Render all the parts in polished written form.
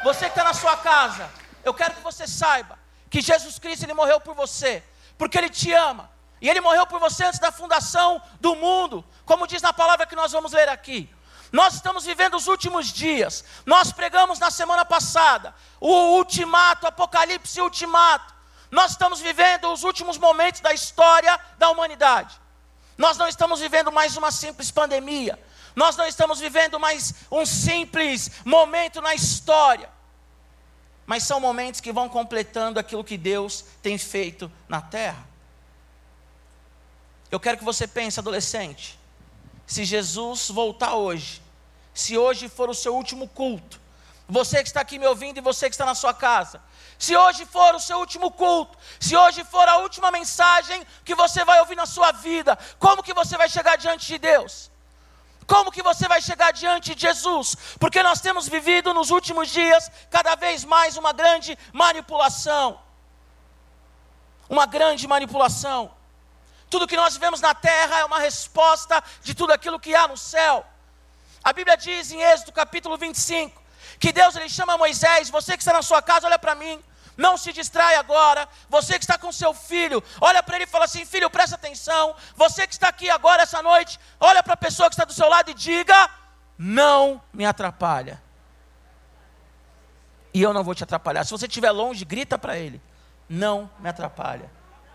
Você que está na sua casa, eu quero que você saiba que Jesus Cristo, Ele morreu por você, porque Ele te ama. E Ele morreu por você antes da fundação do mundo, como diz na palavra que nós vamos ler aqui. Nós estamos vivendo os últimos dias. Nós pregamos na semana passada o ultimato, Apocalipse ultimato. Nós estamos vivendo os últimos momentos da história da humanidade. Nós não estamos vivendo mais uma simples pandemia. Nós não estamos vivendo mais um simples momento na história. Mas são momentos que vão completando aquilo que Deus tem feito na terra. Eu quero que você pense, adolescente, se Jesus voltar hoje, se hoje for o seu último culto, você que está aqui me ouvindo e você que está na sua casa, se hoje for o seu último culto, se hoje for a última mensagem que você vai ouvir na sua vida, como que você vai chegar diante de Deus? Como que você vai chegar diante de Jesus? Porque nós temos vivido nos últimos dias, cada vez mais uma grande manipulação. Uma grande manipulação. Tudo que nós vivemos na terra é uma resposta de tudo aquilo que há no céu. A Bíblia diz em Êxodo capítulo 25, que Deus ele chama Moisés, você que está na sua casa, olha para mim. Não se distrai agora. Você que está com seu filho, olha para ele e fala assim: filho, presta atenção. Você que está aqui agora essa noite, olha para a pessoa que está do seu lado e diga: não me atrapalha. E eu não vou te atrapalhar. Se você estiver longe, grita para ele: não me atrapalha.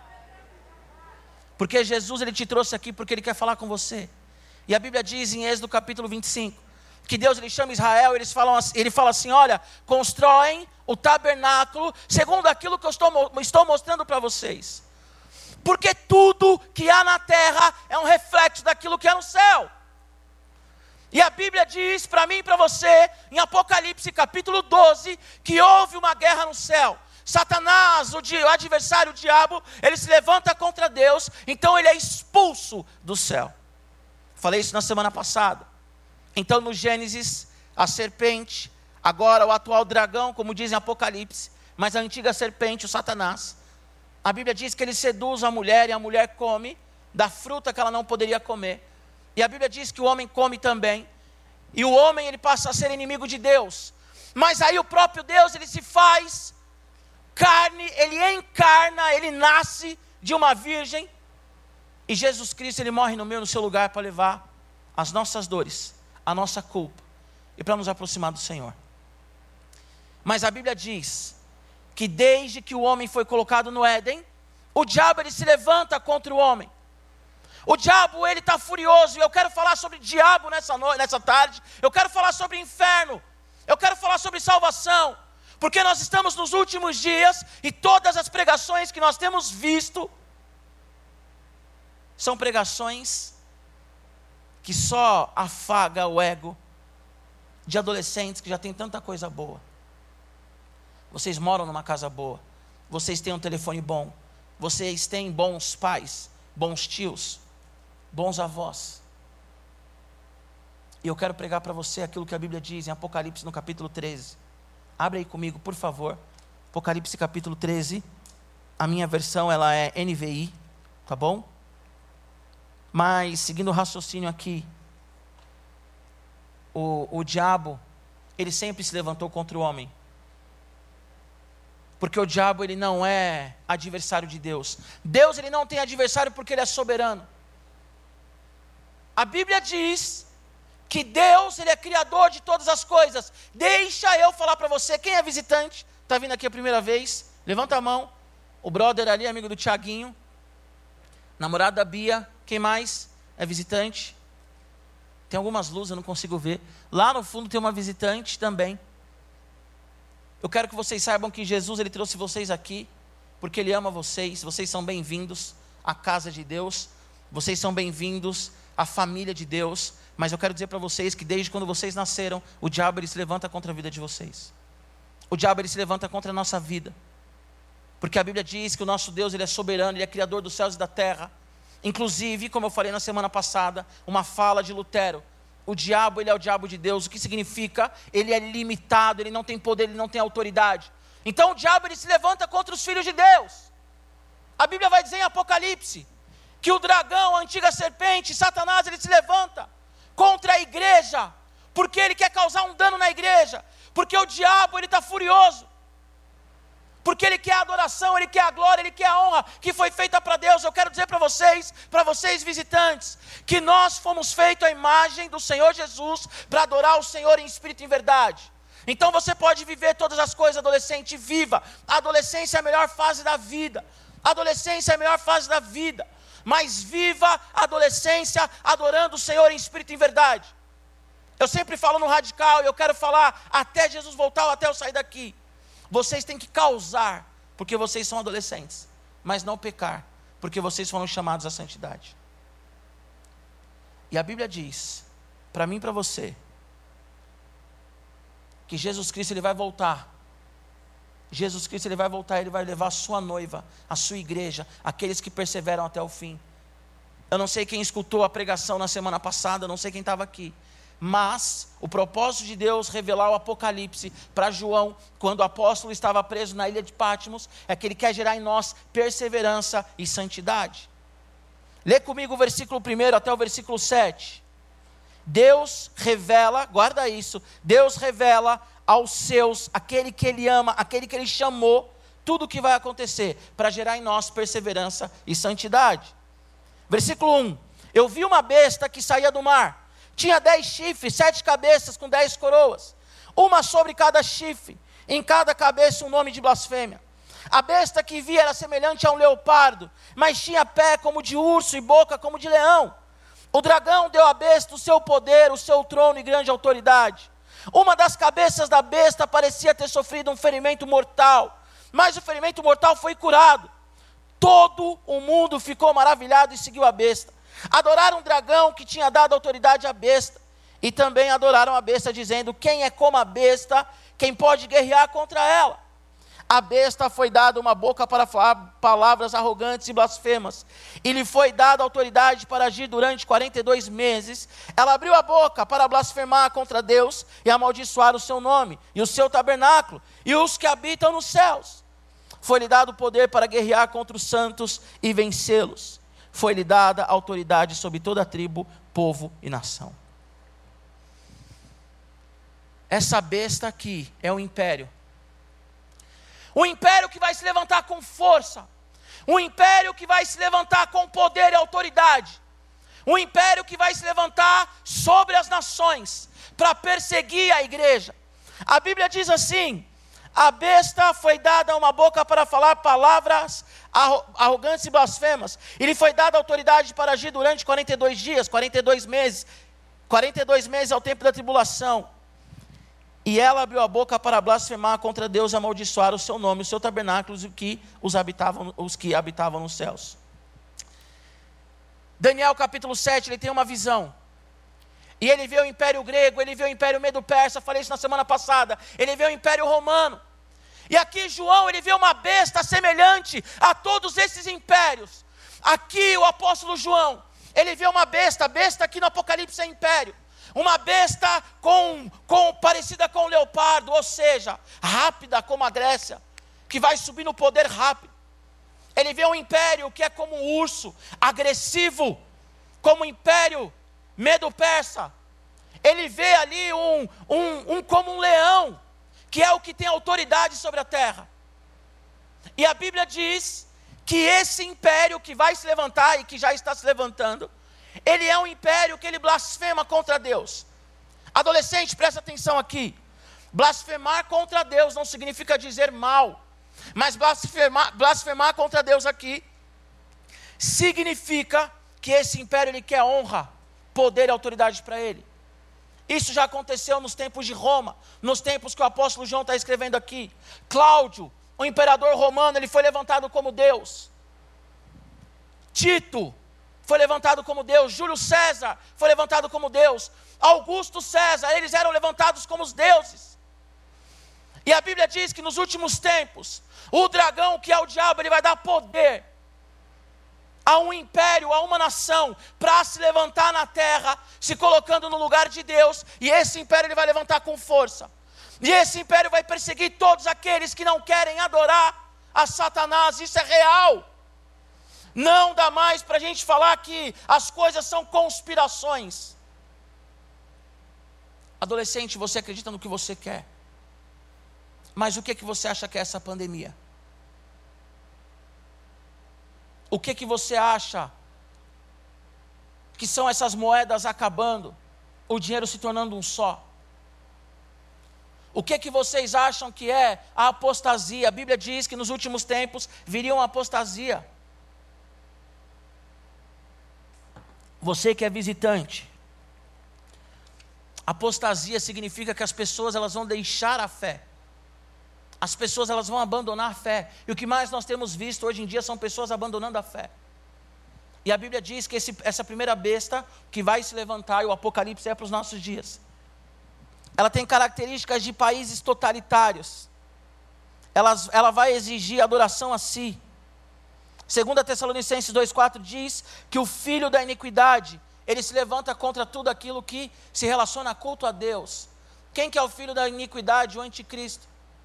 Porque Jesus ele te trouxe aqui porque Ele quer falar com você. E a Bíblia diz em Êxodo capítulo 25, que Deus ele chama Israel, ele fala assim: olha, constroem o tabernáculo segundo aquilo que eu estou mostrando para vocês. Porque tudo que há na terra é um reflexo daquilo que há no céu. E a Bíblia diz para mim e para você, em Apocalipse capítulo 12, que houve uma guerra no céu. Satanás, o adversário, o diabo, ele se levanta contra Deus, então ele é expulso do céu. Falei isso na semana passada. Então no Gênesis, a serpente, agora o atual dragão, como diz em Apocalipse, mas a antiga serpente, o Satanás, a Bíblia diz que ele seduz a mulher e a mulher come da fruta que ela não poderia comer. E a Bíblia diz que o homem come também. E o homem ele passa a ser inimigo de Deus. Mas aí o próprio Deus ele se faz carne, ele encarna, ele nasce de uma virgem. E Jesus Cristo ele morre no seu lugar para levar as nossas dores, a nossa culpa e para nos aproximar do Senhor. Mas a Bíblia diz que desde que o homem foi colocado no Éden, o diabo ele se levanta contra o homem. O diabo ele está furioso. E eu quero falar sobre diabo nessa tarde. Eu quero falar sobre inferno. Eu quero falar sobre salvação. Porque nós estamos nos últimos dias e todas as pregações que nós temos visto são pregações que só afaga o ego de adolescentes que já tem tanta coisa boa. Vocês moram numa casa boa, vocês têm um telefone bom, vocês têm bons pais, bons tios, bons avós. E eu quero pregar para você aquilo que a Bíblia diz em Apocalipse no capítulo 13. Abre aí comigo, por favor. Apocalipse capítulo 13. A minha versão ela é NVI, tá bom? Mas seguindo o raciocínio aqui, o diabo, ele sempre se levantou contra o homem. Porque o diabo ele não é adversário de Deus. Deus ele não tem adversário porque ele é soberano. A Bíblia diz que Deus ele é criador de todas as coisas. Deixa eu falar para você, quem é visitante? Está vindo aqui a primeira vez? Levanta a mão. O brother ali, amigo do Tiaguinho. Namorado da Bia. Quem mais é visitante? Tem algumas luzes, eu não consigo ver. Lá no fundo tem uma visitante também. Eu quero que vocês saibam que Jesus ele trouxe vocês aqui porque Ele ama vocês. Vocês são bem-vindos à casa de Deus. Vocês são bem-vindos à família de Deus. Mas eu quero dizer para vocês que desde quando vocês nasceram, o diabo ele se levanta contra a vida de vocês. O diabo ele se levanta contra a nossa vida. Porque a Bíblia diz que o nosso Deus ele é soberano, Ele é criador dos céus e da terra. Inclusive, como eu falei na semana passada, uma fala de Lutero. O diabo, ele é o diabo de Deus. O que significa? Ele é limitado, ele não tem poder, ele não tem autoridade. Então o diabo, ele se levanta contra os filhos de Deus. A Bíblia vai dizer em Apocalipse, que o dragão, a antiga serpente, Satanás, ele se levanta contra a igreja, porque ele quer causar um dano na igreja. Porque o diabo, ele está furioso. Porque ele quer a adoração, ele quer a glória, ele quer a honra que foi feita para Deus. Eu quero dizer para vocês visitantes, que nós fomos feitos à imagem do Senhor Jesus para adorar o Senhor em espírito e em verdade. Então você pode viver todas as coisas, adolescente, viva. A adolescência é a melhor fase da vida. A adolescência é a melhor fase da vida. Mas viva a adolescência adorando o Senhor em espírito e em verdade. Eu sempre falo no radical, e eu quero falar até Jesus voltar ou até eu sair daqui. Vocês têm que causar, porque vocês são adolescentes, mas não pecar, porque vocês foram chamados à santidade. E a Bíblia diz, para mim e para você, que Jesus Cristo ele vai voltar. Jesus Cristo ele vai voltar, ele vai levar a sua noiva, a sua igreja, aqueles que perseveram até o fim. Eu não sei quem escutou a pregação na semana passada, eu não sei quem estava aqui. Mas o propósito de Deus revelar o Apocalipse para João, quando o apóstolo estava preso na ilha de Patmos, é que ele quer gerar em nós perseverança e santidade. Lê comigo o versículo 1 até o versículo 7. Deus revela, guarda isso, Deus revela aos seus, aquele que ele ama, aquele que ele chamou, tudo o que vai acontecer, para gerar em nós perseverança e santidade. Versículo 1, eu vi uma besta que saía do mar, tinha 10 chifres, 7 cabeças com 10 coroas, uma sobre cada chifre, em cada cabeça um nome de blasfêmia. A besta que vi era semelhante a um leopardo, mas tinha pé como de urso e boca como de leão. O dragão deu à besta o seu poder, o seu trono e grande autoridade. Uma das cabeças da besta parecia ter sofrido um ferimento mortal, mas o ferimento mortal foi curado. Todo o mundo ficou maravilhado e seguiu a besta. Adoraram o dragão que tinha dado autoridade à besta, e também adoraram a besta, dizendo: quem é como a besta, quem pode guerrear contra ela? A besta foi dada uma boca para falar palavras arrogantes e blasfemas, e lhe foi dada autoridade para agir durante 42 meses. Ela abriu a boca para blasfemar contra Deus e amaldiçoar o seu nome, e o seu tabernáculo, e os que habitam nos céus. Foi-lhe dado poder para guerrear contra os santos e vencê-los. Foi-lhe dada autoridade sobre toda a tribo, povo e nação. Essa besta aqui é o império. Um império que vai se levantar com força. Um império que vai se levantar com poder e autoridade. Um império que vai se levantar sobre as nações para perseguir a igreja. A Bíblia diz assim: a besta foi dada uma boca para falar palavras arrogantes e blasfemas. E lhe foi dada autoridade para agir durante 42 dias, 42 meses. 42 meses é o tempo da tribulação. E ela abriu a boca para blasfemar contra Deus e amaldiçoar o seu nome, o seu tabernáculo e os que habitavam nos céus. Daniel capítulo 7, ele tem uma visão. E ele vê o Império Grego, ele vê o Império Medo-Persa, falei isso na semana passada. Ele vê o Império Romano. E aqui João, ele vê uma besta semelhante a todos esses impérios. Aqui o apóstolo João, ele vê uma besta, aqui no Apocalipse é império. Uma besta parecida com um leopardo, ou seja, rápida como a Grécia, que vai subir no poder rápido. Ele vê um império que é como um urso, agressivo, como o Império Medo-Persa. Ele vê ali como um leão, que é o que tem autoridade sobre a terra. E a Bíblia diz que esse império que vai se levantar e que já está se levantando, ele é um império que ele blasfema contra Deus. Adolescente, presta atenção aqui. Blasfemar contra Deus não significa dizer mal, mas blasfemar contra Deus aqui significa que esse império ele quer honra, poder e autoridade para ele. Isso já aconteceu nos tempos de Roma, nos tempos que o apóstolo João está escrevendo aqui. Cláudio, o imperador romano, ele foi levantado como Deus. Tito foi levantado como Deus. Júlio César foi levantado como Deus. Augusto César, eles eram levantados como os deuses. E a Bíblia diz que nos últimos tempos, o dragão, que é o diabo, ele vai dar poder a um império, a uma nação, para se levantar na terra, se colocando no lugar de Deus, e esse império ele vai levantar com força, e esse império vai perseguir todos aqueles que não querem adorar a Satanás. Isso é real. Não dá mais para a gente falar que as coisas são conspirações. Adolescente, você acredita no que você quer, Mas o que você acha que é essa pandemia? O que você acha que são essas moedas acabando, o dinheiro se tornando um só? O que vocês acham que é a apostasia? A Bíblia diz que nos últimos tempos viria uma apostasia. Você que é visitante, apostasia significa que as pessoas elas vão deixar a fé. As pessoas elas vão abandonar a fé. E o que mais nós temos visto hoje em dia são pessoas abandonando a fé. E a Bíblia diz que essa primeira besta que vai se levantar, e o Apocalipse é para os nossos dias, ela tem características de países totalitários. Ela vai exigir adoração a si. 2 Tessalonicenses 2,4 diz que o filho da iniquidade, ele se levanta contra tudo aquilo que se relaciona a culto a Deus. Quem que é o filho da iniquidade? O anticristo.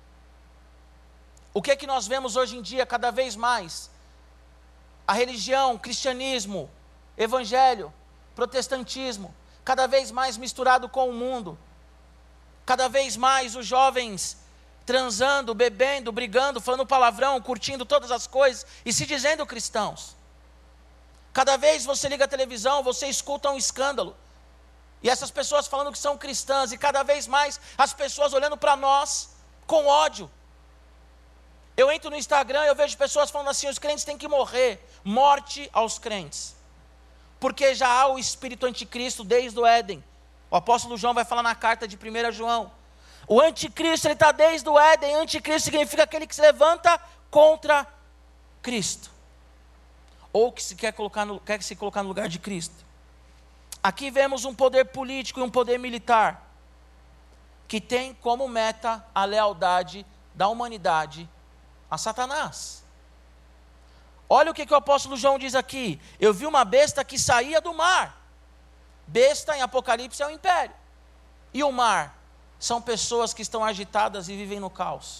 O que é que nós vemos hoje em dia cada vez mais? A religião, cristianismo, evangelho, protestantismo, cada vez mais misturado com o mundo. Cada vez mais os jovens transando, bebendo, brigando, falando palavrão, curtindo todas as coisas e se dizendo cristãos. Cada vez você liga a televisão, você escuta um escândalo. E essas pessoas falando que são cristãs, e cada vez mais as pessoas olhando para nós com ódio. Eu entro no Instagram e eu vejo pessoas falando assim: os crentes têm que morrer. Morte aos crentes. Porque já há o espírito anticristo desde o Éden. O apóstolo João vai falar na carta de 1 João. O anticristo, ele está desde o Éden. Anticristo significa aquele que se levanta contra Cristo. Ou que se quer se colocar no lugar de Cristo. Aqui vemos um poder político e um poder militar, que tem como meta a lealdade da humanidade a Satanás. Olha o que o apóstolo João diz aqui: eu vi uma besta que saía do mar. Besta em Apocalipse é o império. E o mar são pessoas que estão agitadas e vivem no caos.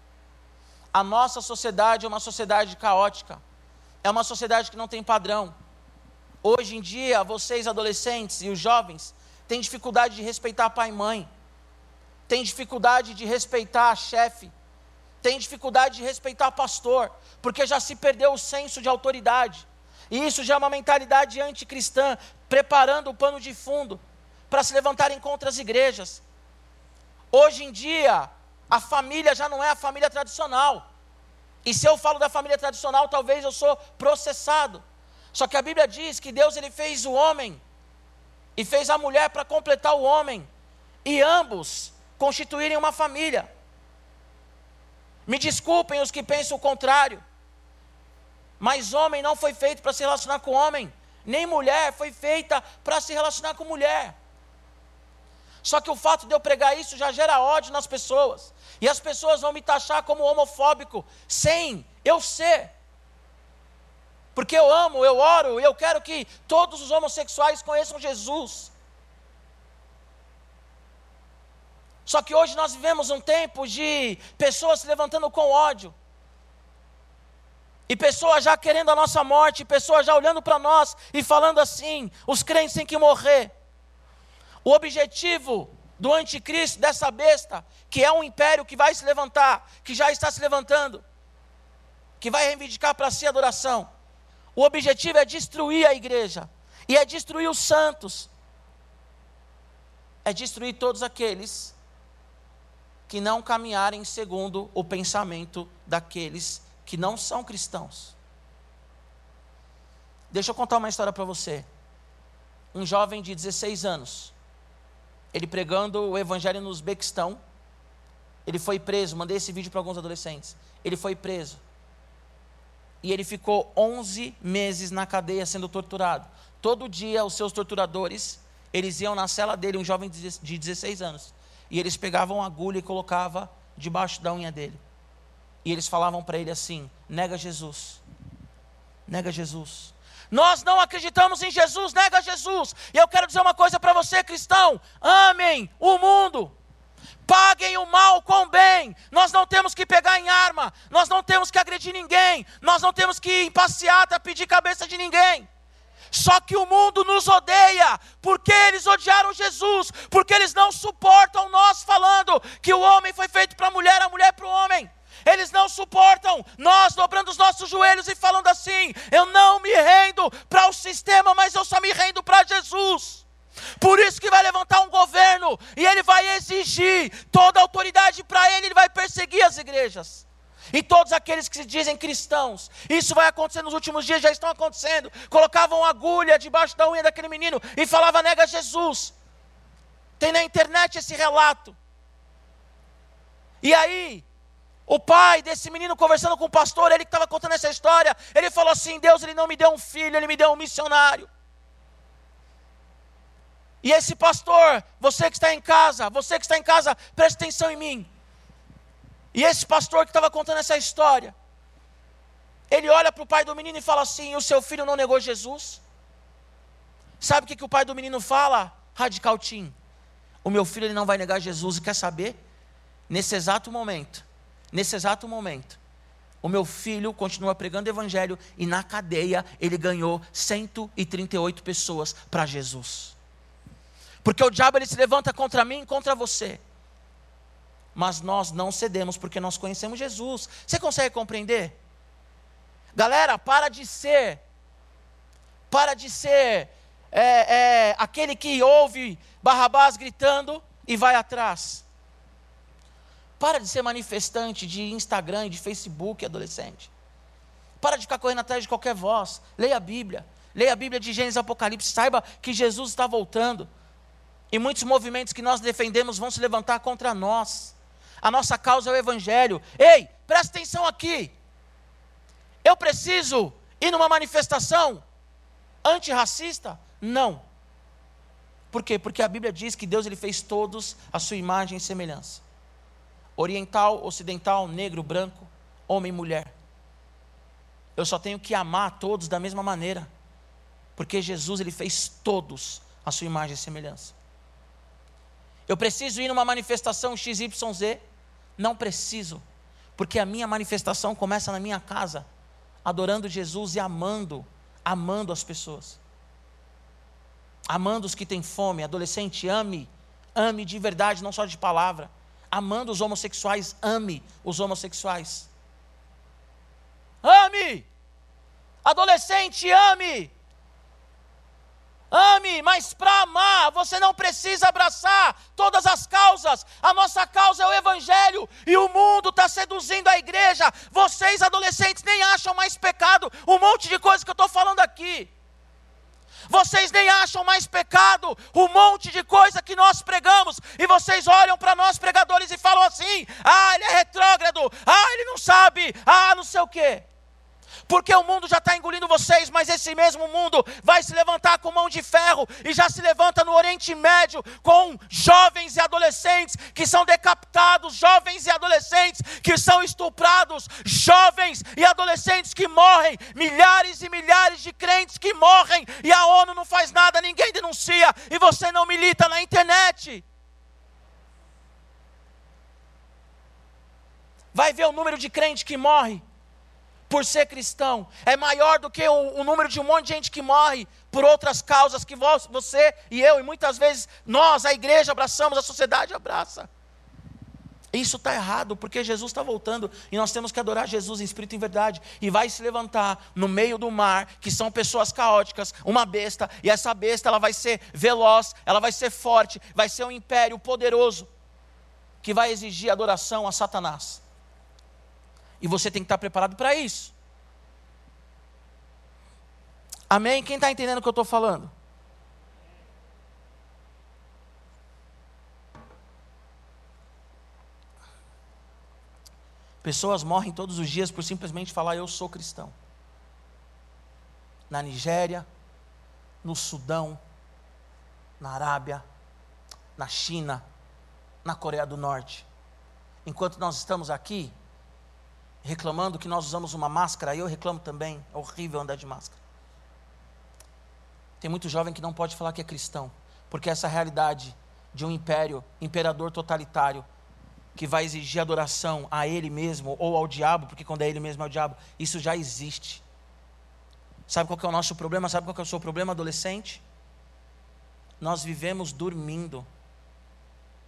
A nossa sociedade é uma sociedade caótica. É uma sociedade que não tem padrão. Hoje em dia, vocês adolescentes e os jovens têm dificuldade de respeitar pai e mãe. Têm dificuldade de respeitar a chefe. Tem dificuldade de respeitar pastor, porque já se perdeu o senso de autoridade. E isso já é uma mentalidade anticristã, preparando o pano de fundo para se levantarem contra as igrejas. Hoje em dia, a família já não é a família tradicional. E se eu falo da família tradicional, talvez eu sou processado. Só que a Bíblia diz que Deus ele fez o homem e fez a mulher para completar o homem, e ambos constituírem uma família. Me desculpem os que pensam o contrário, mas homem não foi feito para se relacionar com homem, nem mulher foi feita para se relacionar com mulher. Só que o fato de eu pregar isso já gera ódio nas pessoas, e as pessoas vão me taxar como homofóbico, sem eu ser. Porque eu amo, eu oro, e eu quero que todos os homossexuais conheçam Jesus. Só que hoje nós vivemos um tempo de pessoas se levantando com ódio. E pessoas já querendo a nossa morte, pessoas já olhando para nós e falando assim: os crentes têm que morrer. O objetivo do anticristo, dessa besta, que é um império que vai se levantar, que já está se levantando, que vai reivindicar para si adoração. O objetivo é destruir a igreja, e é destruir os santos, é destruir todos aqueles que não caminharem segundo o pensamento daqueles que não são cristãos. Deixa eu contar uma história para você. Um jovem de 16 anos, ele pregando o evangelho no Uzbequistão, ele foi preso. Mandei esse vídeo para alguns adolescentes. Ele foi preso. E ele ficou 11 meses na cadeia sendo torturado. Todo dia os seus torturadores, eles iam na cela dele, um jovem de 16 anos. E eles pegavam uma agulha e colocavam debaixo da unha dele. E eles falavam para ele assim: nega Jesus. Nega Jesus. Nós não acreditamos em Jesus, nega Jesus. E eu quero dizer uma coisa para você, cristão: amem o mundo. Paguem o mal com o bem. Nós não temos que pegar em arma. Nós não temos que agredir ninguém. Nós não temos que ir em passeata pedir cabeça de ninguém. Só que o mundo nos odeia, porque eles odiaram Jesus, porque eles não suportam nós falando que o homem foi feito para a mulher suportam. Nós dobrando os nossos joelhos e falando assim: eu não me rendo para o sistema, mas eu só me rendo para Jesus. Por isso que vai levantar um governo, e ele vai exigir toda a autoridade para ele, ele vai perseguir as igrejas. E todos aqueles que se dizem cristãos, isso vai acontecer nos últimos dias, já estão acontecendo. Colocavam agulha debaixo da unha daquele menino e falava: nega Jesus. Tem na internet esse relato. E aí, o pai desse menino conversando com o pastor, ele que estava contando essa história, ele falou assim: Deus, ele não me deu um filho, ele me deu um missionário. E esse pastor, você que está em casa, preste atenção em mim. E esse pastor que estava contando essa história, ele olha para o pai do menino e fala assim: o seu filho não negou Jesus? Sabe o que o pai do menino fala? Radical Team: o meu filho ele não vai negar Jesus. E quer saber? Nesse exato momento, o meu filho continua pregando o evangelho, e na cadeia ele ganhou 138 pessoas para Jesus. Porque o diabo ele se levanta contra mim e contra você. Mas nós não cedemos, porque nós conhecemos Jesus. Você consegue compreender? Galera, para de ser aquele que ouve Barrabás gritando e vai atrás. Para de ser manifestante de Instagram e de Facebook, adolescente. Para de ficar correndo atrás de qualquer voz. Leia a Bíblia de Gênesis e Apocalipse, saiba que Jesus está voltando. E muitos movimentos que nós defendemos vão se levantar contra nós. A nossa causa é o Evangelho. Ei, presta atenção aqui. Eu preciso ir numa manifestação antirracista? Não. Por quê? Porque a Bíblia diz que Deus ele fez todos a sua imagem e semelhança. Oriental, ocidental, negro, branco, homem e mulher. Eu só tenho que amar todos da mesma maneira. Porque Jesus ele fez todos a sua imagem e semelhança. Eu preciso ir numa manifestação XYZ? Não preciso, porque a minha manifestação começa na minha casa, adorando Jesus e amando as pessoas, amando os que têm fome. Adolescente, ame de verdade, não só de palavra. Amando os homossexuais, ame os homossexuais. Ame! Adolescente, ame! Ame, mas para amar, você não precisa abraçar todas as causas. A nossa causa é o Evangelho, e o mundo está seduzindo a igreja. Vocês, adolescentes, nem acham mais pecado um monte de coisa que eu estou falando aqui. Vocês nem acham mais pecado um monte de coisa que nós pregamos. E vocês olham para nós pregadores e falam assim: ah, ele é retrógrado, ah, ele não sabe, ah, não sei o quê. Porque o mundo já está engolindo vocês, mas esse mesmo mundo vai se levantar com mão de ferro, e já se levanta no Oriente Médio com jovens e adolescentes que são decapitados, jovens e adolescentes que são estuprados, jovens e adolescentes que morrem, milhares e milhares de crentes que morrem, e a ONU não faz nada, ninguém denuncia, e você não milita na internet. Vai ver o número de crente que morre por ser cristão, é maior do que o número de um monte de gente que morre por outras causas que você e eu, e muitas vezes nós, a igreja, abraçamos, a sociedade abraça. Isso está errado, porque Jesus está voltando, e nós temos que adorar Jesus em espírito e em verdade. E vai se levantar no meio do mar, que são pessoas caóticas, uma besta, e essa besta ela vai ser veloz, ela vai ser forte, vai ser um império poderoso, que vai exigir adoração a Satanás. E você tem que estar preparado para isso. Amém? Quem está entendendo o que eu estou falando? Pessoas morrem todos os dias por simplesmente falar: eu sou cristão. Na Nigéria, no Sudão, na Arábia, na China, na Coreia do Norte. Enquanto nós estamos aqui reclamando que nós usamos uma máscara, eu reclamo também, é horrível andar de máscara. Tem muito jovem que não pode falar que é cristão, porque essa realidade de um imperador totalitário, que vai exigir adoração a ele mesmo, ou ao diabo, porque quando é ele mesmo é o diabo, isso já existe. Sabe qual que é o nosso problema? Sabe qual que é o seu problema, adolescente? Nós vivemos dormindo.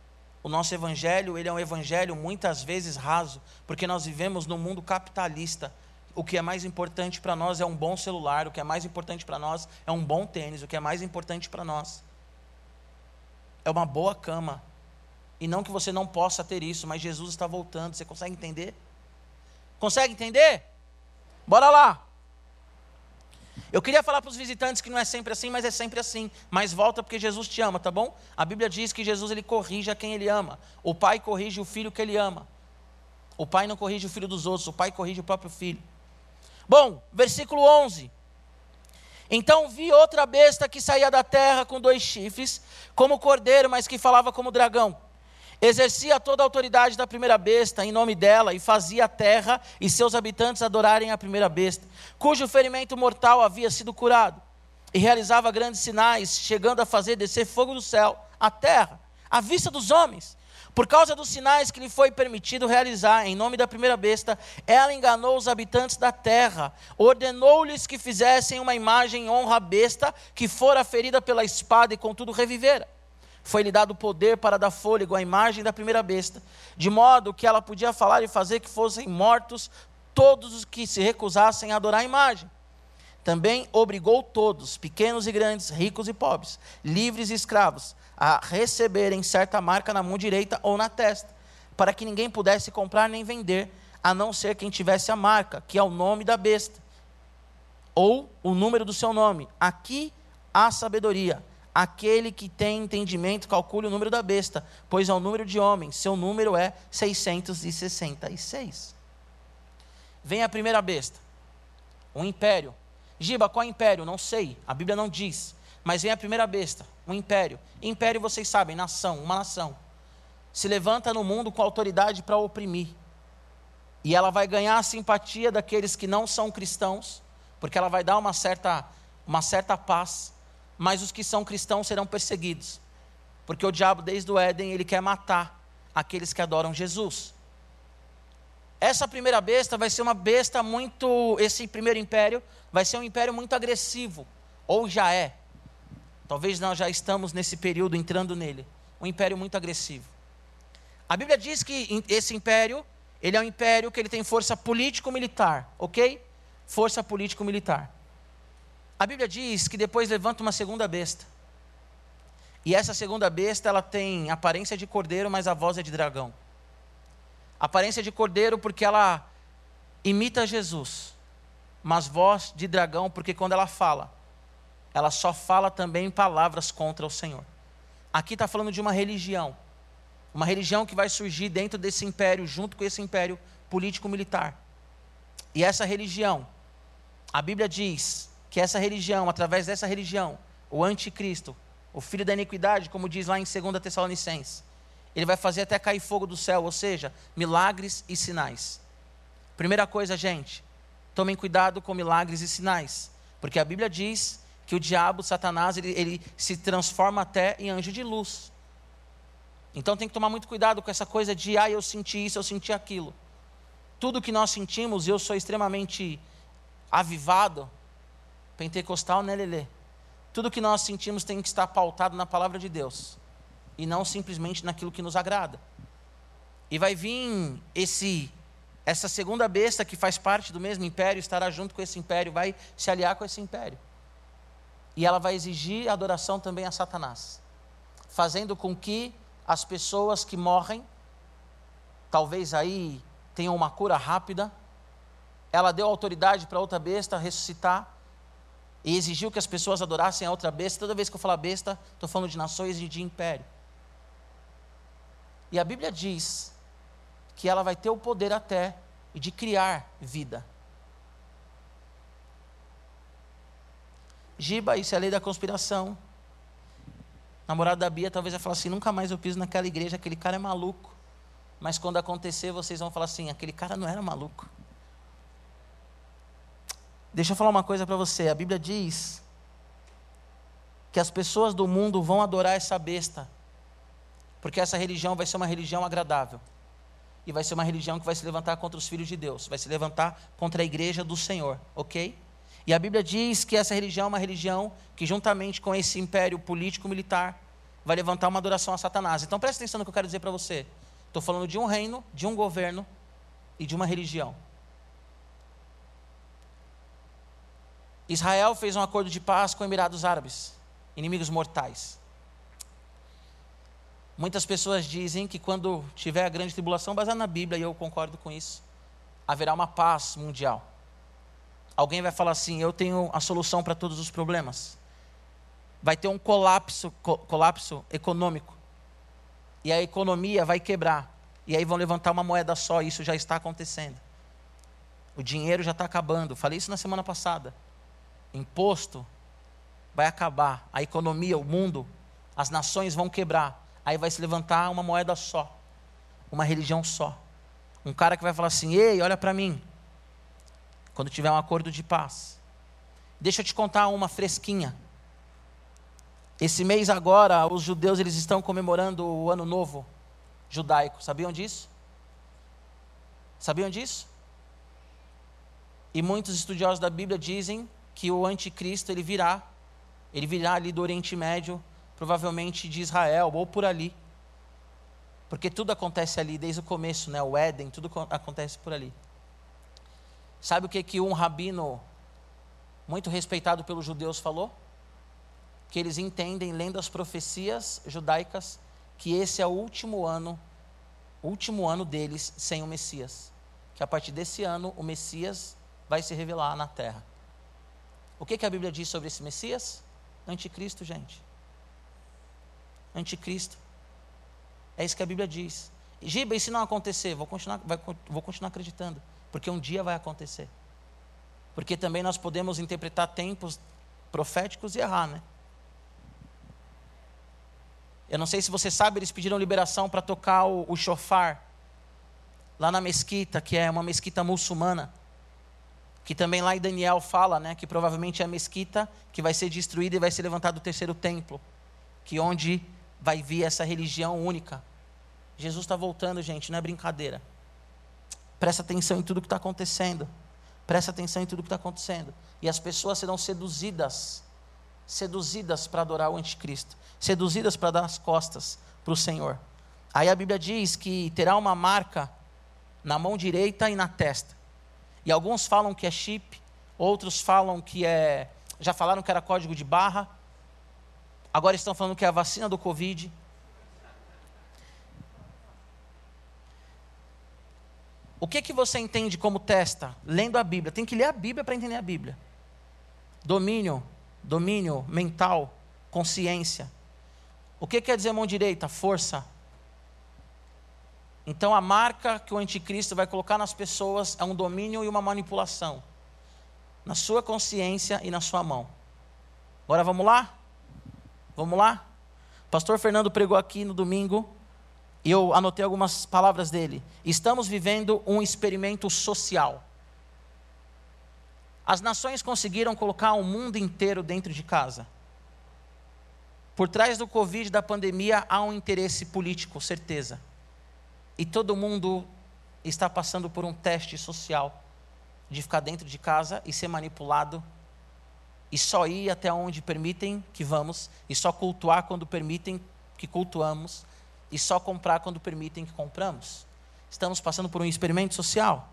o nosso evangelho, ele é um evangelho muitas vezes raso, porque nós vivemos num mundo capitalista. O que é mais importante para nós é um bom celular, o que é mais importante para nós é um bom tênis, o que é mais importante para nós é uma boa cama. E não que você não possa ter isso, mas Jesus está voltando. Você consegue entender? Consegue entender? Bora lá. Eu queria falar para os visitantes que não é sempre assim, mas é sempre assim. Mas volta porque Jesus te ama, tá bom? A Bíblia diz que Jesus, ele corrige a quem ele ama. O pai corrige o filho que ele ama. O pai não corrige o filho dos outros, o pai corrige o próprio filho. Bom, versículo 11. Então vi outra besta que saía da terra com 2 chifres, como cordeiro, mas que falava como dragão. Exercia toda a autoridade da primeira besta em nome dela, e fazia a terra e seus habitantes adorarem a primeira besta, cujo ferimento mortal havia sido curado. E realizava grandes sinais, chegando a fazer descer fogo do céu à terra, à vista dos homens. Por causa dos sinais que lhe foi permitido realizar em nome da primeira besta, ela enganou os habitantes da terra, ordenou-lhes que fizessem uma imagem em honra à besta, que fora ferida pela espada e contudo revivera. Foi-lhe dado poder para dar fôlego à imagem da primeira besta, de modo que ela podia falar e fazer que fossem mortos todos os que se recusassem a adorar a imagem. Também obrigou todos, pequenos e grandes, ricos e pobres, livres e escravos, a receberem certa marca na mão direita ou na testa, para que ninguém pudesse comprar nem vender, a não ser quem tivesse a marca, que é o nome da besta, ou o número do seu nome. Aqui há sabedoria. Aquele que tem entendimento, calcule o número da besta, pois é o número de homens, seu número é 666. Vem a primeira besta, um império. Giba, qual império? Não sei, a Bíblia não diz. Mas vem a primeira besta, um império. Império, vocês sabem, nação, uma nação. Se levanta no mundo com autoridade para oprimir. E ela vai ganhar a simpatia daqueles que não são cristãos, porque ela vai dar uma certa paz, mas os que são cristãos serão perseguidos. Porque o diabo, desde o Éden, ele quer matar aqueles que adoram Jesus. Essa primeira besta vai ser uma besta muito... Esse primeiro império vai ser um império muito agressivo, ou já é. Talvez nós já estamos nesse período entrando nele. Um império muito agressivo. A Bíblia diz que esse império, ele é um império que ele tem força político-militar, ok? Força político-militar. A Bíblia diz que depois levanta uma segunda besta. E essa segunda besta, ela tem aparência de cordeiro, mas a voz é de dragão. Aparência de cordeiro porque ela imita Jesus, mas voz de dragão porque quando ela fala, ela só fala também palavras contra o Senhor. Aqui está falando de uma religião que vai surgir dentro desse império, junto com esse império político-militar. E essa religião, a Bíblia diz que essa religião, através dessa religião, o anticristo, o filho da iniquidade, como diz lá em 2 Tessalonicenses, ele vai fazer até cair fogo do céu, ou seja, milagres e sinais. Primeira coisa, gente, tomem cuidado com milagres e sinais, porque a Bíblia diz que o diabo, Satanás, ele se transforma até em anjo de luz. Então tem que tomar muito cuidado com essa coisa de, eu senti isso, eu senti aquilo. Tudo que nós sentimos, eu sou extremamente avivado, pentecostal, né, Lelê? Tudo que nós sentimos tem que estar pautado na palavra de Deus, e não simplesmente naquilo que nos agrada. E vai vir essa segunda besta que faz parte do mesmo império, estará junto com esse império, vai se aliar com esse império. E ela vai exigir adoração também a Satanás, fazendo com que as pessoas que morrem, talvez aí tenham uma cura rápida. Ela deu autoridade para outra besta ressuscitar, e exigiu que as pessoas adorassem a outra besta. Toda vez que eu falar besta, estou falando de nações e de império. E a Bíblia diz que ela vai ter o poder até de criar vida. Giba, isso é a lei da conspiração. Namorado da Bia talvez vai falar assim, nunca mais eu piso naquela igreja, aquele cara é maluco. Mas quando acontecer, vocês vão falar assim, aquele cara não era maluco. Deixa eu falar uma coisa para você, a Bíblia diz que as pessoas do mundo vão adorar essa besta, porque essa religião vai ser uma religião agradável, e vai ser uma religião que vai se levantar contra os filhos de Deus, vai se levantar contra a igreja do Senhor, ok? E a Bíblia diz que essa religião é uma religião que juntamente com esse império político-militar, vai levantar uma adoração a Satanás. Então presta atenção no que eu quero dizer para você. Estou falando de um reino, de um governo e de uma religião. Israel fez um acordo de paz com Emirados Árabes, inimigos mortais. Muitas pessoas dizem que quando tiver a grande tribulação, baseada na Bíblia, e eu concordo com isso, haverá uma paz mundial. Alguém vai falar assim, eu tenho a solução para todos os problemas. Vai ter um colapso econômico. E a economia vai quebrar. E aí vão levantar uma moeda só, e isso já está acontecendo. O dinheiro já está acabando. Falei isso na semana passada. Imposto vai acabar. A economia, o mundo, as nações vão quebrar. Aí vai se levantar uma moeda só. Uma religião só. Um cara que vai falar assim, ei, olha para mim. Quando tiver um acordo de paz. Deixa eu te contar uma fresquinha. Esse mês agora, os judeus eles estão comemorando o Ano Novo judaico. Sabiam disso? Sabiam disso? E muitos estudiosos da Bíblia dizem que o anticristo ele virá ali do Oriente Médio, provavelmente de Israel ou por ali. Porque tudo acontece ali desde o começo, né? O Éden, tudo acontece por ali. Sabe o que um rabino muito respeitado pelos judeus falou? Que eles entendem, lendo as profecias judaicas, que esse é o último ano deles sem o Messias. Que a partir desse ano, o Messias vai se revelar na terra. O que a Bíblia diz sobre esse Messias? Anticristo, gente. Anticristo. É isso que a Bíblia diz. Giba, e se não acontecer? Vou continuar acreditando. Porque um dia vai acontecer. Porque também nós podemos interpretar tempos proféticos e errar, né? Eu não sei se você sabe, eles pediram liberação para tocar o shofar lá na mesquita, que é uma mesquita muçulmana, que também lá em Daniel fala, né, que provavelmente é a mesquita que vai ser destruída e vai ser levantado o terceiro templo, que onde vai vir essa religião única. Jesus está voltando, gente, não é brincadeira. Presta atenção em tudo que está acontecendo. Presta atenção em tudo que está acontecendo. E as pessoas serão seduzidas para adorar o anticristo, seduzidas para dar as costas para o Senhor. Aí a Bíblia diz que terá uma marca na mão direita e na testa. E alguns falam que é chip, outros falam que já falaram que era código de barra, agora estão falando que é a vacina do Covid. O que você entende como testa? Lendo a Bíblia. Tem que ler a Bíblia para entender a Bíblia. Domínio mental, consciência. O que quer dizer mão direita? Força. Então a marca que o anticristo vai colocar nas pessoas é um domínio e uma manipulação. Na sua consciência e na sua mão. Agora vamos lá? Vamos lá? O pastor Fernando pregou aqui no domingo, e eu anotei algumas palavras dele. Estamos vivendo um experimento social. As nações conseguiram colocar o mundo inteiro dentro de casa. Por trás do Covid, da pandemia, há um interesse político, certeza. E todo mundo está passando por um teste social de ficar dentro de casa e ser manipulado, e só ir até onde permitem que vamos, e só cultuar quando permitem que cultuamos, e só comprar quando permitem que compramos. Estamos passando por um experimento social.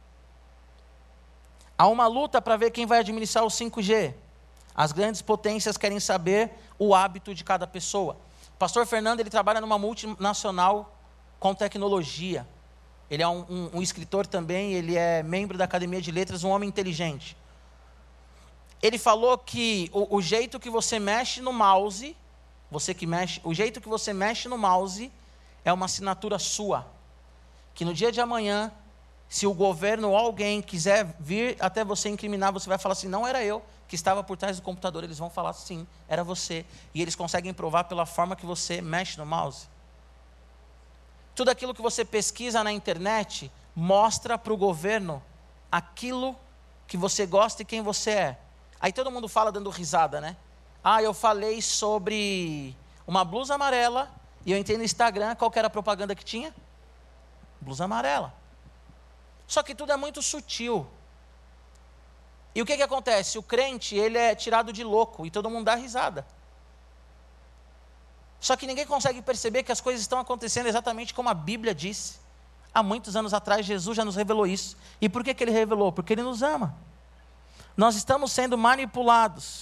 Há uma luta para ver quem vai administrar o 5G. As grandes potências querem saber o hábito de cada pessoa. O pastor Fernando, ele trabalha numa multinacional com tecnologia. Ele é um escritor também, ele é membro da Academia de Letras, um homem inteligente. Ele falou que o jeito que você mexe no mouse, o jeito que você mexe no mouse é uma assinatura sua. Que no dia de amanhã, se o governo ou alguém quiser vir até você incriminar, você vai falar assim, não era eu que estava por trás do computador. Eles vão falar sim, era você. E eles conseguem provar pela forma que você mexe no mouse. Tudo aquilo que você pesquisa na internet mostra para o governo aquilo que você gosta e quem você é. Aí todo mundo fala dando risada, né? Ah, eu falei sobre uma blusa amarela e eu entrei no Instagram, qual que era a propaganda que tinha? Blusa amarela. Só que tudo é muito sutil. E o que acontece? O crente, ele é tirado de louco e todo mundo dá risada. Só que ninguém consegue perceber que as coisas estão acontecendo exatamente como a Bíblia disse. Há muitos anos atrás, Jesus já nos revelou isso. E por que Ele revelou? Porque Ele nos ama. Nós estamos sendo manipulados.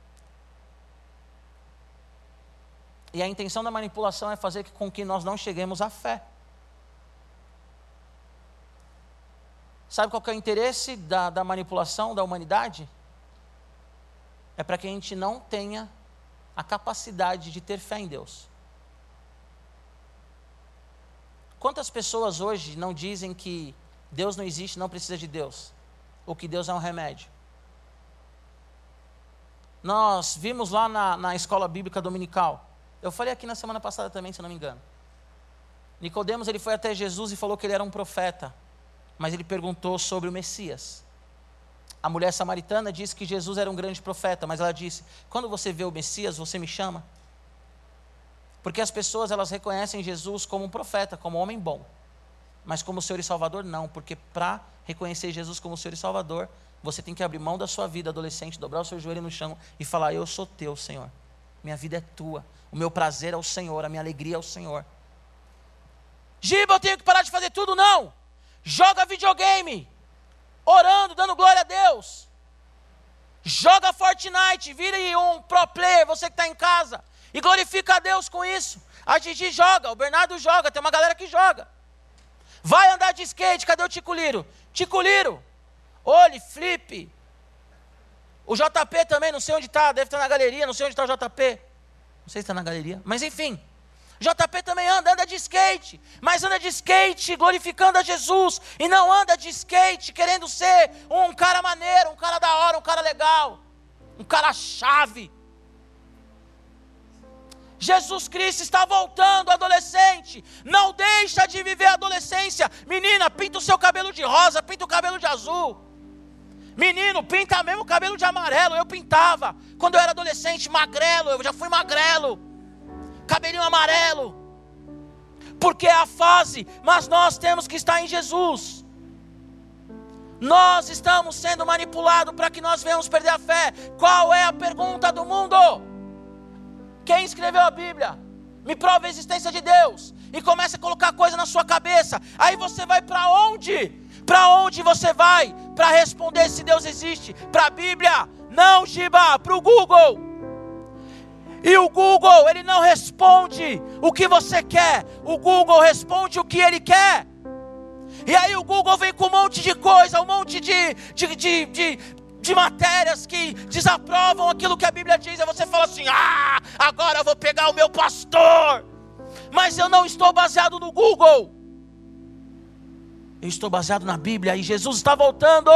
E a intenção da manipulação é fazer com que nós não cheguemos à fé. Sabe qual que é o interesse da manipulação da humanidade? É para que a gente não tenha a capacidade de ter fé em Deus. Quantas pessoas hoje não dizem que Deus não existe, não precisa de Deus? Ou que Deus é um remédio? Nós vimos lá na escola bíblica dominical. Eu falei aqui na semana passada também, se eu não me engano. Nicodemos, ele foi até Jesus e falou que ele era um profeta. Mas ele perguntou sobre o Messias. A mulher samaritana disse que Jesus era um grande profeta, mas ela disse: quando você vê o Messias, você me chama? Porque as pessoas, elas reconhecem Jesus como um profeta, como um homem bom. Mas como Senhor e Salvador, não. Porque para reconhecer Jesus como Senhor e Salvador, você tem que abrir mão da sua vida, adolescente, dobrar o seu joelho no chão e falar: eu sou teu, Senhor. Minha vida é tua. O meu prazer é o Senhor, a minha alegria é o Senhor. Giba, eu tenho que parar de fazer tudo? Não. Joga videogame, orando, dando glória a Deus. Joga Fortnite, vire um pro player, você que está em casa, e glorifica a Deus com isso. A Gigi joga, o Bernardo joga, tem uma galera que joga. Vai andar de skate, cadê o Tico Liro? Tico Liro, olhe, flip. O JP também, não sei onde está, deve estar na galeria, não sei onde está o JP. Não sei se está na galeria, mas enfim. JP também anda de skate, mas anda de skate glorificando a Jesus, e não anda de skate querendo ser um cara maneiro, um cara da hora, um cara legal, um cara chave. Jesus Cristo está voltando, adolescente, não deixa de viver a adolescência. Menina, pinta o seu cabelo de rosa, pinta o cabelo de azul. Menino, pinta mesmo o cabelo de amarelo. Eu pintava, quando eu era adolescente, magrelo, eu já fui magrelo. Cabelinho amarelo, porque é a fase, mas nós temos que estar em Jesus. Nós estamos sendo manipulados para que nós venhamos perder a fé. Qual é a pergunta do mundo? Quem escreveu a Bíblia? Me prova a existência de Deus. E começa a colocar coisa na sua cabeça. Aí você vai para onde? Para onde você vai para responder se Deus existe? Para a Bíblia? Não, Giba, para o Google. E o Google, ele não responde o que você quer. O Google responde o que ele quer. E aí o Google vem com um monte de coisa, um monte de matérias que desaprovam aquilo que a Bíblia diz. E você fala assim: agora eu vou pegar o meu pastor. Mas eu não estou baseado no Google. Eu estou baseado na Bíblia, e Jesus está voltando.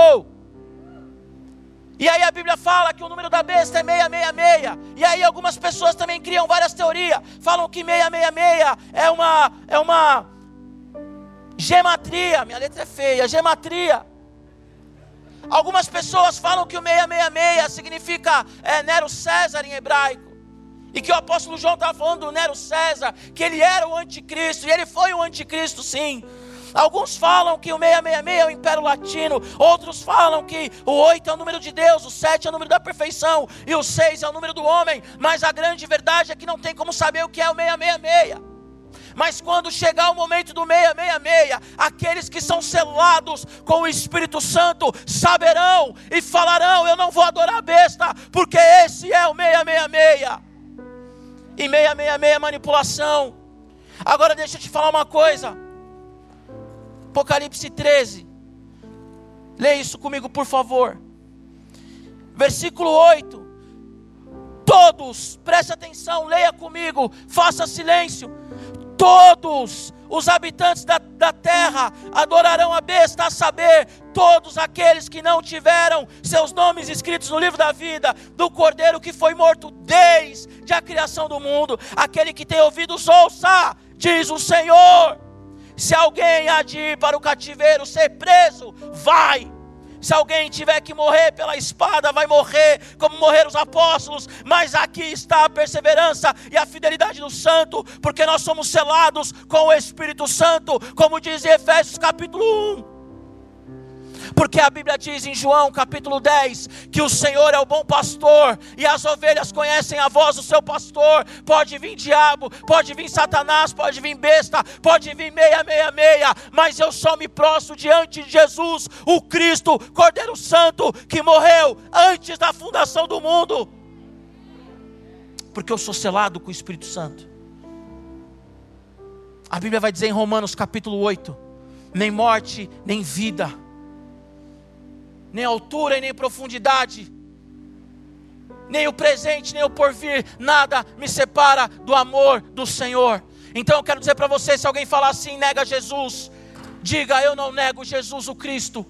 E aí a Bíblia fala que o número da besta é 666. E aí algumas pessoas também criam várias teorias. Falam que 666 é uma gematria. Minha letra é feia, gematria. Algumas pessoas falam que o 666 significa Nero César em hebraico. E que o apóstolo João estava falando do Nero César, que ele era o anticristo. E ele foi o anticristo, sim. Alguns falam que o 666 é o Império Latino. Outros falam que o 8 é o número de Deus, o 7 é o número da perfeição e o 6 é o número do homem. Mas a grande verdade é que não tem como saber o que é o 666. Mas quando chegar o momento do 666, aqueles que são selados com o Espírito Santo saberão e falarão: eu não vou adorar a besta, porque esse é o 666. E 666 é manipulação. Agora deixa eu te falar uma coisa. Apocalipse 13, leia isso comigo, por favor. Versículo 8. Todos, preste atenção, leia comigo, faça silêncio. Todos os habitantes da terra adorarão a besta, a saber, todos aqueles que não tiveram seus nomes escritos no livro da vida do Cordeiro que foi morto desde a criação do mundo. Aquele que tem ouvidos, ouça, diz o Senhor. Se alguém há de ir para o cativeiro, ser preso, vai. Se alguém tiver que morrer pela espada, vai morrer, como morreram os apóstolos. Mas aqui está a perseverança e a fidelidade do santo, porque nós somos selados com o Espírito Santo, como diz em Efésios capítulo 1. Porque a Bíblia diz em João capítulo 10, que o Senhor é o bom pastor, e as ovelhas conhecem a voz do seu pastor. Pode vir diabo, pode vir Satanás, pode vir besta, pode vir 666, mas eu só me prostro diante de Jesus, o Cristo, Cordeiro Santo, que morreu antes da fundação do mundo. Porque eu sou selado com o Espírito Santo. A Bíblia vai dizer em Romanos capítulo 8, nem morte, nem vida, nem altura e nem profundidade, nem o presente, nem o porvir, nada me separa do amor do Senhor. Então eu quero dizer para você, se alguém falar assim, nega Jesus, diga: eu não nego Jesus o Cristo.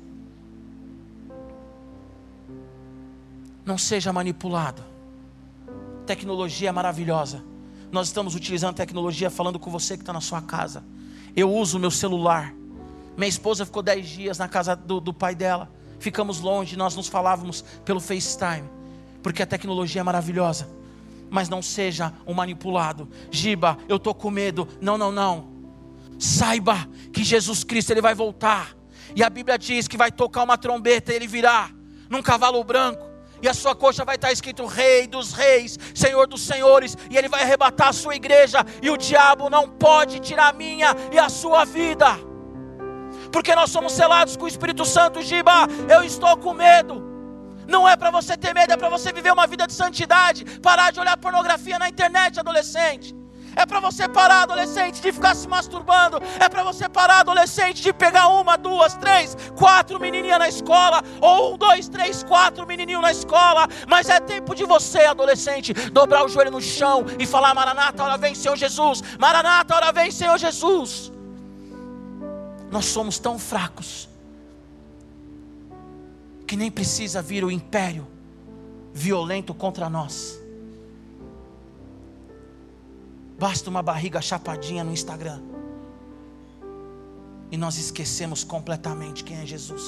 Não seja manipulado. Tecnologia é maravilhosa. Nós estamos utilizando tecnologia, falando com você que está na sua casa. Eu uso o meu celular. Minha esposa ficou 10 dias na casa do pai dela. Ficamos longe, nós nos falávamos pelo FaceTime. Porque a tecnologia é maravilhosa. Mas não seja um manipulado. Giba, eu estou com medo. Não. Saiba que Jesus Cristo, Ele vai voltar. E a Bíblia diz que vai tocar uma trombeta e Ele virá num cavalo branco. E a sua coxa vai estar escrito Rei dos Reis, Senhor dos Senhores. E Ele vai arrebatar a sua igreja. E o diabo não pode tirar a minha e a sua vida. Porque nós somos selados com o Espírito Santo. Giba, eu estou com medo. Não é para você ter medo, é para você viver uma vida de santidade. Parar de olhar pornografia na internet, adolescente. É para você parar, adolescente, de ficar se masturbando. É para você parar, adolescente, de pegar 1, 2, 3, 4 menininhas na escola. Ou 1, 2, 3, 4 menininhos na escola. Mas é tempo de você, adolescente, dobrar o joelho no chão e falar: Maranata, ora vem Senhor Jesus. Maranata, ora vem Senhor Jesus. Nós somos tão fracos que nem precisa vir o império violento contra nós. Basta uma barriga chapadinha no Instagram e nós esquecemos completamente quem é Jesus.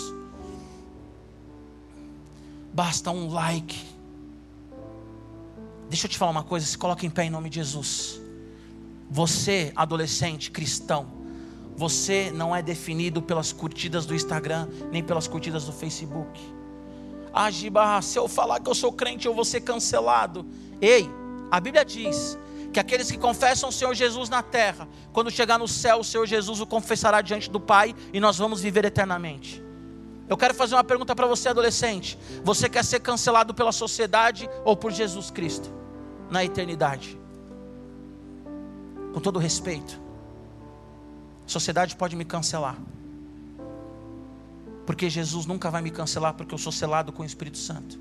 Basta um like. Deixa eu te falar uma coisa, se coloca em pé em nome de Jesus. Você, adolescente cristão, você não é definido pelas curtidas do Instagram, nem pelas curtidas do Facebook. Ah, Giba, se eu falar que eu sou crente, eu vou ser cancelado. Ei, a Bíblia diz que aqueles que confessam o Senhor Jesus na terra, quando chegar no céu, o Senhor Jesus o confessará diante do Pai, e nós vamos viver eternamente. Eu quero fazer uma pergunta para você, adolescente. Você quer ser cancelado pela sociedade ou por Jesus Cristo na eternidade? Com todo respeito, a sociedade pode me cancelar, porque Jesus nunca vai me cancelar, porque eu sou selado com o Espírito Santo.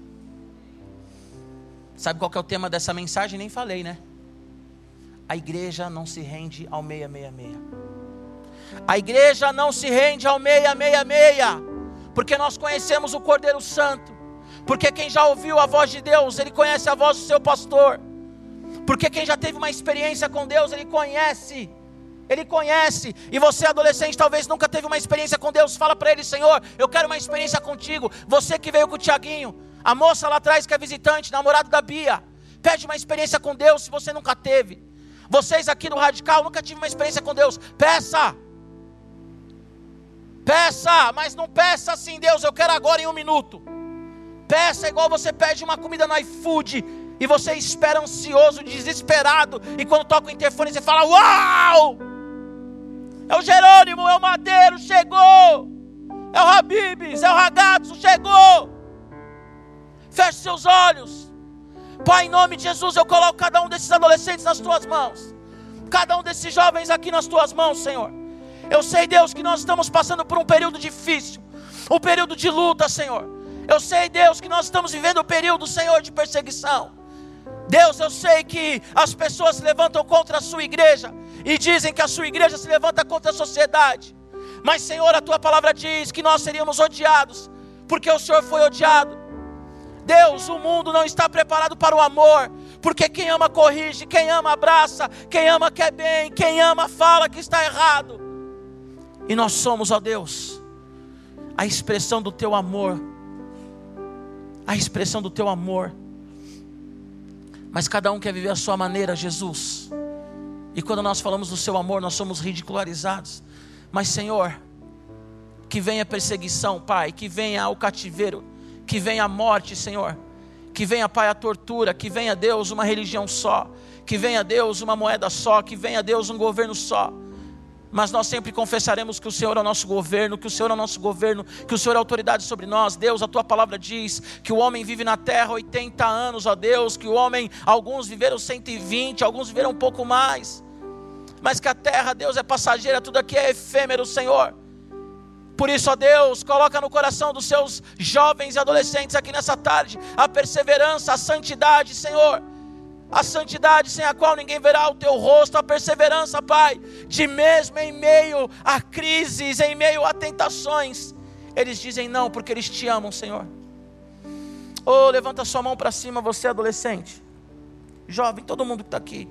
Sabe qual que é o tema dessa mensagem? Nem falei, né? A igreja não se rende ao 666. A igreja não se rende ao 666, porque nós conhecemos o Cordeiro Santo. Porque quem já ouviu a voz de Deus, ele conhece a voz do seu pastor. Porque quem já teve uma experiência com Deus, ele conhece. Ele conhece. E você, adolescente, talvez nunca teve uma experiência com Deus. Fala para ele: Senhor, eu quero uma experiência contigo. Você que veio com o Tiaguinho, a moça lá atrás que é visitante, namorado da Bia, pede uma experiência com Deus se você nunca teve. Vocês aqui no Radical nunca tiveram uma experiência com Deus. Peça, mas não peça assim: Deus, eu quero agora em 1 minuto. Peça igual você pede uma comida no iFood e você espera ansioso, desesperado, e quando toca o interfone você fala: uau! É o Jerônimo, é o Madeiro, chegou! É o Habibs, é o Ragazzo, chegou! Feche seus olhos. Pai, em nome de Jesus, eu coloco cada um desses adolescentes nas tuas mãos, cada um desses jovens aqui nas tuas mãos, Senhor. Eu sei, Deus, que nós estamos passando por um período difícil, um período de luta, Senhor. Eu sei, Deus, que nós estamos vivendo um período, Senhor, de perseguição. Deus, eu sei que as pessoas se levantam contra a sua igreja e dizem que a sua igreja se levanta contra a sociedade. Mas, Senhor, a tua palavra diz que nós seríamos odiados porque o Senhor foi odiado. Deus, o mundo não está preparado para o amor, porque quem ama corrige, quem ama abraça, quem ama quer bem, quem ama fala que está errado. E nós somos, ó Deus, a expressão do teu amor, a expressão do teu amor. Mas cada um quer viver a sua maneira, Jesus. E quando nós falamos do seu amor, nós somos ridicularizados. Mas, Senhor, que venha perseguição, Pai, que venha o cativeiro, que venha a morte, Senhor, que venha, Pai, a tortura, que venha, Deus, uma religião só, que venha, Deus, uma moeda só, que venha, Deus, um governo só. Mas nós sempre confessaremos que o Senhor é o nosso governo, que o Senhor é o nosso governo, que o Senhor é autoridade sobre nós. Deus, a Tua palavra diz que o homem vive na terra 80 anos, ó Deus, que o homem, alguns viveram 120, alguns viveram um pouco mais, mas que a terra, Deus, é passageira, tudo aqui é efêmero, Senhor. Por isso, ó Deus, coloca no coração dos seus jovens e adolescentes aqui nessa tarde a perseverança, a santidade, Senhor. A santidade sem a qual ninguém verá o Teu rosto, a perseverança, Pai, de mesmo em meio a crises, em meio a tentações, eles dizem não, porque eles Te amam, Senhor. Oh, levanta sua mão para cima, você adolescente, jovem, todo mundo que está aqui,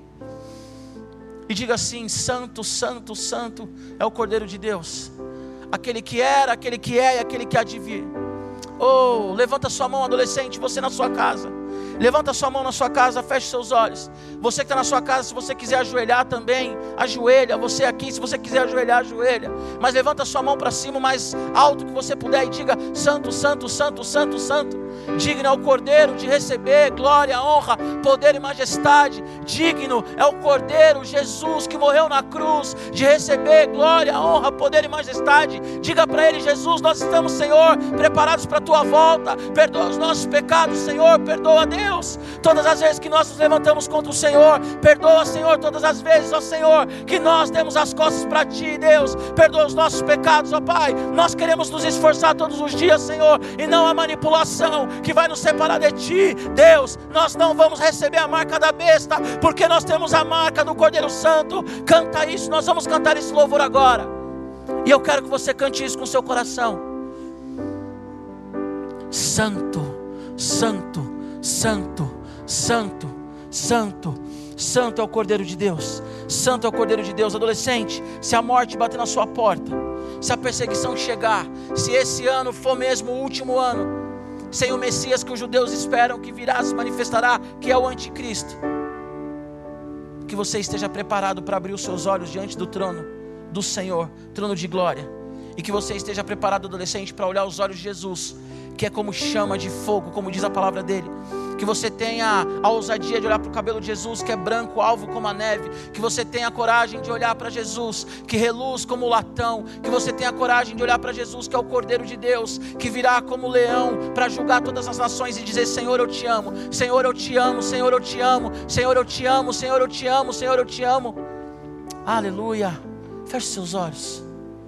e diga assim: santo, santo, santo é o Cordeiro de Deus, aquele que era, aquele que é e aquele que há de vir. Oh, levanta sua mão, adolescente, você na sua casa. Levanta sua mão na sua casa, feche seus olhos. Você que está na sua casa, se você quiser ajoelhar também, ajoelha. Você aqui, se você quiser ajoelhar, ajoelha. Mas levanta sua mão para cima o mais alto que você puder e diga: santo, santo, santo, santo, santo. Digno é o Cordeiro de receber glória, honra, poder e majestade. Digno é o Cordeiro, Jesus, que morreu na cruz, de receber glória, honra, poder e majestade. Diga para Ele: Jesus, nós estamos, Senhor, preparados para a Tua volta. Perdoa os nossos pecados, Senhor, perdoa, Deus, todas as vezes que nós nos levantamos contra o Senhor. Perdoa, Senhor, todas as vezes, ó Senhor, que nós demos as costas para Ti, Deus. Perdoa os nossos pecados, ó Pai. Nós queremos nos esforçar todos os dias, Senhor, e não a manipulação que vai nos separar de Ti, Deus. Nós não vamos receber a marca da besta, porque nós temos a marca do Cordeiro Santo. Canta isso, nós vamos cantar esse louvor agora, e eu quero que você cante isso com o seu coração. Santo, santo, santo, santo, santo, santo é o Cordeiro de Deus. Santo é o Cordeiro de Deus. Adolescente, se a morte bater na sua porta, se a perseguição chegar, se esse ano for mesmo o último ano sem o Messias que os judeus esperam que virá, se manifestará, que é o anticristo, que você esteja preparado para abrir os seus olhos diante do trono do Senhor, trono de glória, e que você esteja preparado, adolescente, para olhar os olhos de Jesus, que é como chama de fogo, como diz a palavra dele. Que você tenha a ousadia de olhar para o cabelo de Jesus, que é branco, alvo como a neve. Que você tenha a coragem de olhar para Jesus, que reluz como o latão. Que você tenha a coragem de olhar para Jesus, que é o Cordeiro de Deus, que virá como leão para julgar todas as nações e dizer: Senhor, eu te amo, Senhor, eu te amo, Senhor, eu te amo, Senhor, eu te amo, Senhor, eu te amo, Senhor, eu te amo. Aleluia. Feche seus olhos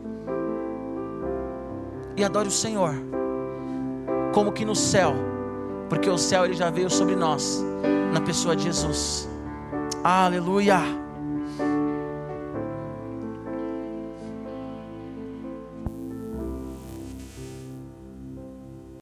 e adore o Senhor, como que no céu, porque o céu ele já veio sobre nós, na pessoa de Jesus. Aleluia.